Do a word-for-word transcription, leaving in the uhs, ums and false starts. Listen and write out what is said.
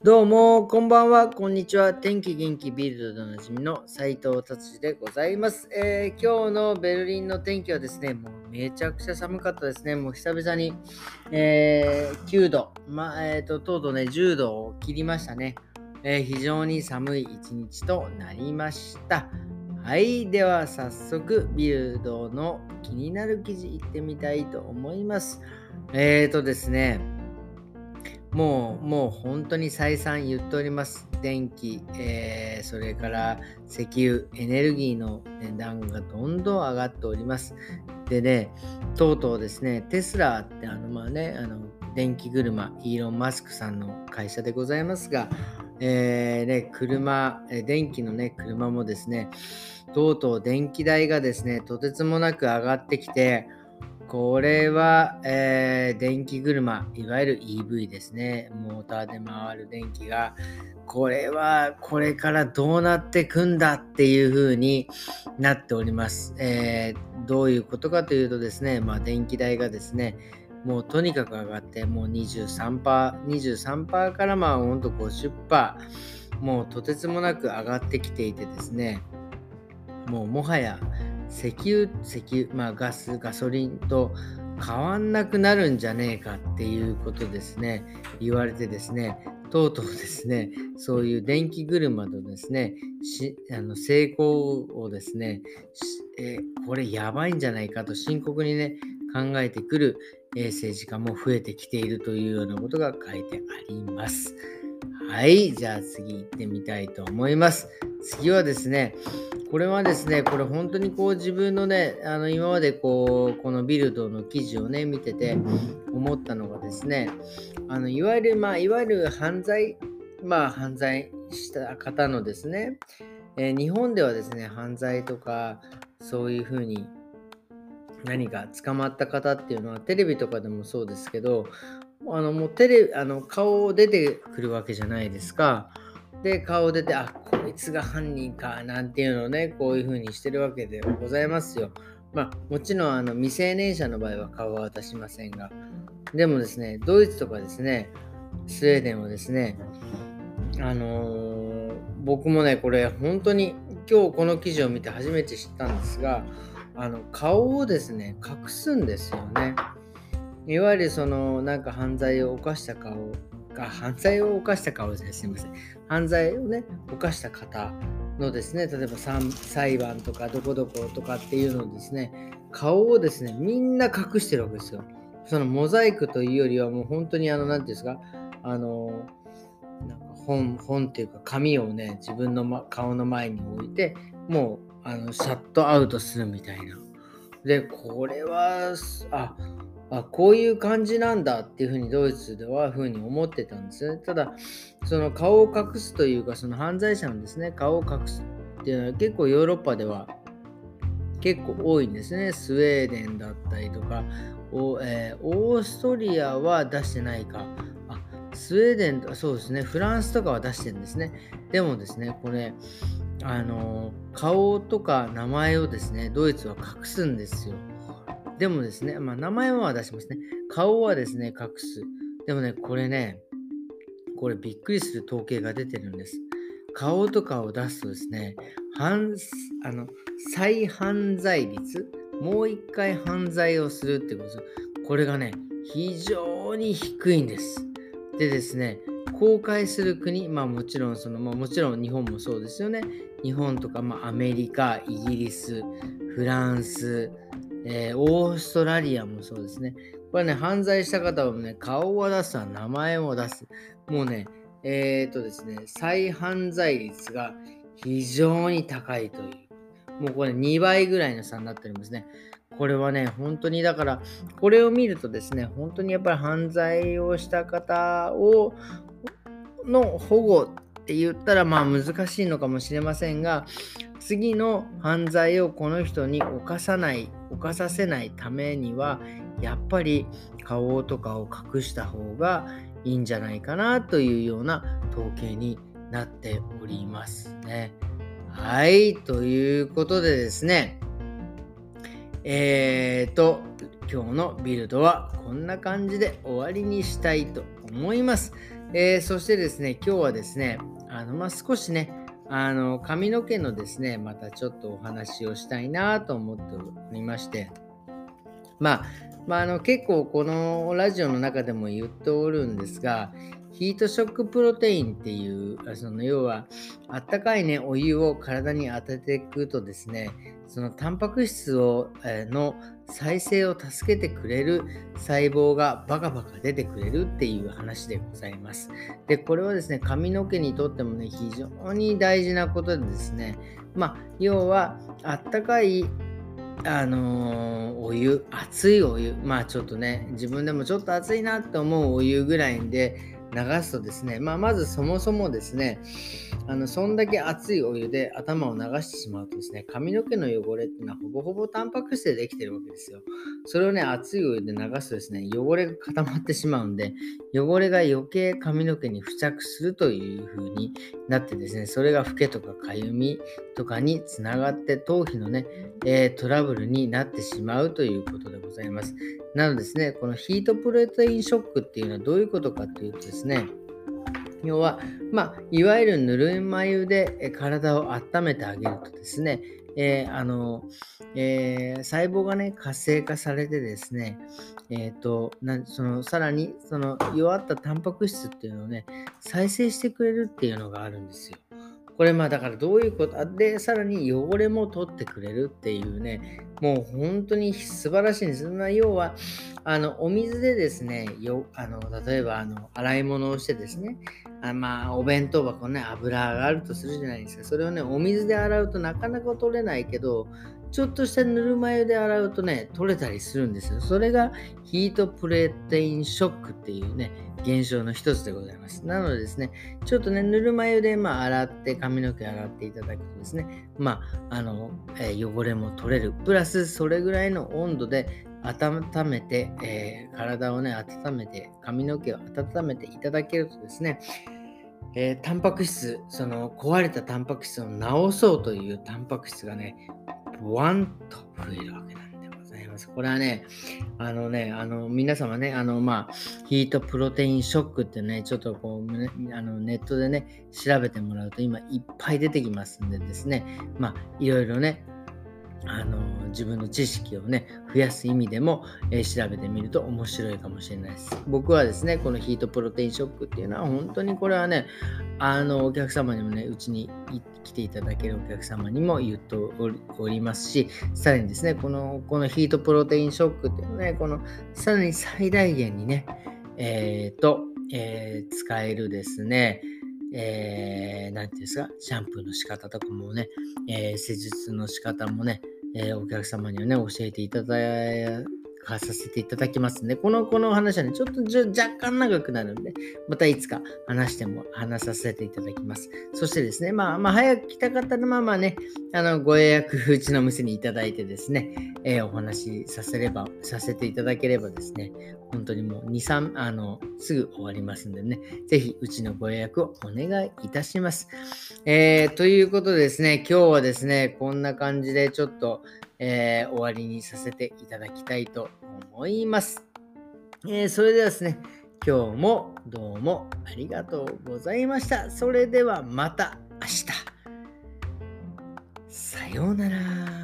どうも、こんばんは、こんにちは。天気元気ビルドでおなじみの斉藤達治でございます、えー今日のベルリンの天気はですね、もうめちゃくちゃ寒かったですね。もう久々に、えーきゅうど、まあ、えーと、とうとうね、じゅうどを切りましたね。えー非常に寒い一日となりました。はい、では早速、ビルドの気になる記事いってみたいと思います。えーとですね、もう、もう本当に再三言っております。電気、えーそれから石油、エネルギーの値段がどんどん上がっております。でね、とうとうですね、テスラってあの、まあね、あの、電気車、イーロン・マスクさんの会社でございますが、えーね、車、えー電気のね、車もですね、とうとう電気代がですね、とてつもなく上がってきて、これは、えー電気車、いわゆる イーブイ ですね。モーターで回る電気が、これはこれからどうなってくんだっていう風になっております。えーどういうことかというとですね、まあ電気代がですね、もうとにかく上がって、もうにじゅうさんパーセント、にじゅうさんパーセントからまあほんとごじゅっパーセント、もうとてつもなく上がってきていてですね、もうもはや石油、石油、まあガス、ガソリンと変わんなくなるんじゃねえかっていうことですね、言われてですね、とうとうですね、そういう電気車のですね、しあの成功をですね、しえーこれやばいんじゃないかと深刻にね、考えてくる、えー政治家も増えてきているというようなことが書いてあります。はい、じゃあ次行ってみたいと思います。次はですね、これはですね、これ本当にこう自分のね、あの今までこう、このビルドの記事をね、見てて思ったのがですね、あのいわゆる、まあ、いわゆる犯罪、まあ犯罪した方のですね、えー日本ではですね、犯罪とか、そういうふうに何か捕まった方っていうのはテレビとかでもそうですけど、あのもうテレあの顔出てくるわけじゃないですか。で、顔出て、あ、こいつが犯人かなんていうのをね、こういう風にしてるわけでございますよ。まあ、もちろんあの未成年者の場合は顔は渡しませんが、でもですね、ドイツとかですね、スウェーデンはですね、あのー僕もね、これ本当に今日この記事を見て初めて知ったんですが、あの顔をですね、隠すんですよね。いわゆるそのなんか犯罪を犯した顔が、犯罪を犯した顔ですね、すみません。犯罪をね、犯した方のですね、例えばさん裁判とかどこどことかっていうのをですね、顔をですね、みんな隠してるわけですよ。そのモザイクというよりはもう本当にあの、なんていうんですか、あの、なんか本、本っていうか紙をね、自分の、ま、顔の前に置いて、もうあのシャットアウトするみたいな。で、これは、すあ、あ、こういう感じなんだっていうふうにドイツではふうに思ってたんですね。ただ、その顔を隠すというか、その犯罪者のですね、顔を隠すっていうのは結構ヨーロッパでは結構多いんですね。スウェーデンだったりとか、おえーオーストリアは出してないか。あ、スウェーデンと、そうですね、フランスとかは出してるんですね。でもですね、これ、あの顔とか名前をですね、ドイツは隠すんですよ。でもですね、まあ、名前は出しますね。顔はですね、隠す。でもね、これね、これびっくりする統計が出てるんです。顔とかを出すとですね、犯あの再犯罪率、もう一回犯罪をするってことです。これがね、非常に低いんです。でですね、公開する国、まあもちろんその、まあ、もちろん日本もそうですよね。日本とか、まあ、アメリカ、イギリス、フランス、えーオーストラリアもそうですね。これね、犯罪した方はね、顔を出すわ、名前を出す。もうね、えーとですね、再犯罪率が非常に高いという。もうこれにばいぐらいの差になっておりますね。これはね、本当にだから、これを見るとですね、本当にやっぱり犯罪をした方をの保護って言ったらまあ難しいのかもしれませんが、次の犯罪をこの人に犯さない、犯させないためには、やっぱり顔とかを隠した方がいいんじゃないかなというような統計になっておりますね。はい、ということでですね、えーと、今日のビルドはこんな感じで終わりにしたいと思います。 えーそしてですね、今日はですね、あの、まあ、少しね、あの、髪の毛のですね、またちょっとお話をしたいなと思っておりまして、まあ、まあ、あの結構このラジオの中でも言っておるんですが、ヒートショックプロテインっていう、あその要は、あったかいね、お湯を体に当てていくとですね、そのタンパク質を、えーの再生を助けてくれる細胞がバカバカ出てくれるっていう話でございます。で、これはですね、髪の毛にとってもね、非常に大事なことでですね、まあ、要は、あったかいあのーお湯、熱いお湯、まあちょっとね、自分でもちょっと熱いなって思うお湯ぐらいで流すとですね、まあまずそもそもですね、あの、そんだけ熱いお湯で頭を流してしまうとですね、髪の毛の汚れっていうのはほぼほぼタンパク質でできてるわけですよ。それをね、熱いお湯で流すとですね、汚れが固まってしまうんで、汚れが余計髪の毛に付着するという風になってですね、それがフケとかかゆみとかにつながって頭皮のね、えートラブルになってしまうということでございます。なのでですね、このヒートプロテインショックっていうのはどういうことかというとですね、要は、まあ、いわゆるぬるま湯でえ体を温めてあげるとですね、えーあのえー細胞がね、活性化されてですね、えーと、なんそのさらにその弱ったタンパク質っていうのをね、再生してくれるっていうのがあるんですよ。これまあだからどういうことあで、さらに汚れも取ってくれるっていうね、もう本当に素晴らしいんです。まあ、要は、あの、お水でですね、よあの例えばあの洗い物をしてですね、あまあ、お弁当箱ね、油があるとするじゃないですか。それをね、お水で洗うとなかなか取れないけど、ちょっとしたぬるま湯で洗うとね、取れたりするんですよ。それがヒートプレテインショックっていうね、現象の一つでございます。なのでですね、ちょっとね、ぬるま湯で、まあ、洗って、髪の毛洗っていただくとですね、まあ、あの、えー汚れも取れる。プラス、それぐらいの温度で温めて、えー体をね、温めて、髪の毛を温めていただけるとですね、えータンパク質、その壊れたタンパク質を治そうというタンパク質がね、ボワンと増えるわけなんでございます。これはね、あのね、あの皆様ね、あのまあ、ヒートプロテインショックってね、ちょっとこう、ね、あのネットでね、調べてもらうと今いっぱい出てきますんでですね、まあ、いろいろね、あの自分の知識をね、増やす意味でも、えー調べてみると面白いかもしれないです。僕はですね、このヒートプロテインショックっていうのは本当にこれはね、あのお客様にもね、うちにい来ていただけるお客様にも言っておりおりますし、さらにですね、このこのヒートプロテインショックっていうのはね、このさらに最大限にね、えーと、えー使えるですね、えー、なんていうんですか、シャンプーの仕方とかもね、えー施術の仕方もね、えーお客様にはね、教えていただかさせていただきますんで、この、この話はね、ちょっとじゅ若干長くなるんで、またいつか話しても、話させていただきます。そしてですね、まあ、まあ、早く来た方のままね、あの、ご予約、うちの店にいただいてですね、えーお話しさせれば、させていただければですね、本当にもうに、さん、あの、すぐ終わりますんでね、ぜひ、うちのご予約をお願いいたします。えーということでですね、今日はですね、こんな感じでちょっと、えー終わりにさせていただきたいと思います。えーそれではですね、今日もどうもありがとうございました。それではまた明日。さようなら。